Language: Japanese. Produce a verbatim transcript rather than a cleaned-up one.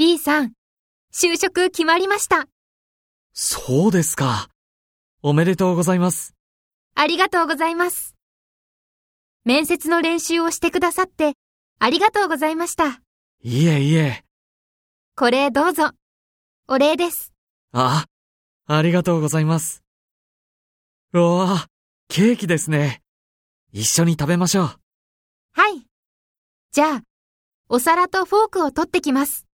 B さん、就職決まりました。 そうですか。おめでとうございます。 ありがとうございます。面接の練習をしてくださってありがとうございました。 いえいえ。 これどうぞ。お礼です。 あ、ありがとうございます。うわあ、ケーキですね。一緒に食べましょう。 はい。じゃあ、お皿とフォークを取ってきます。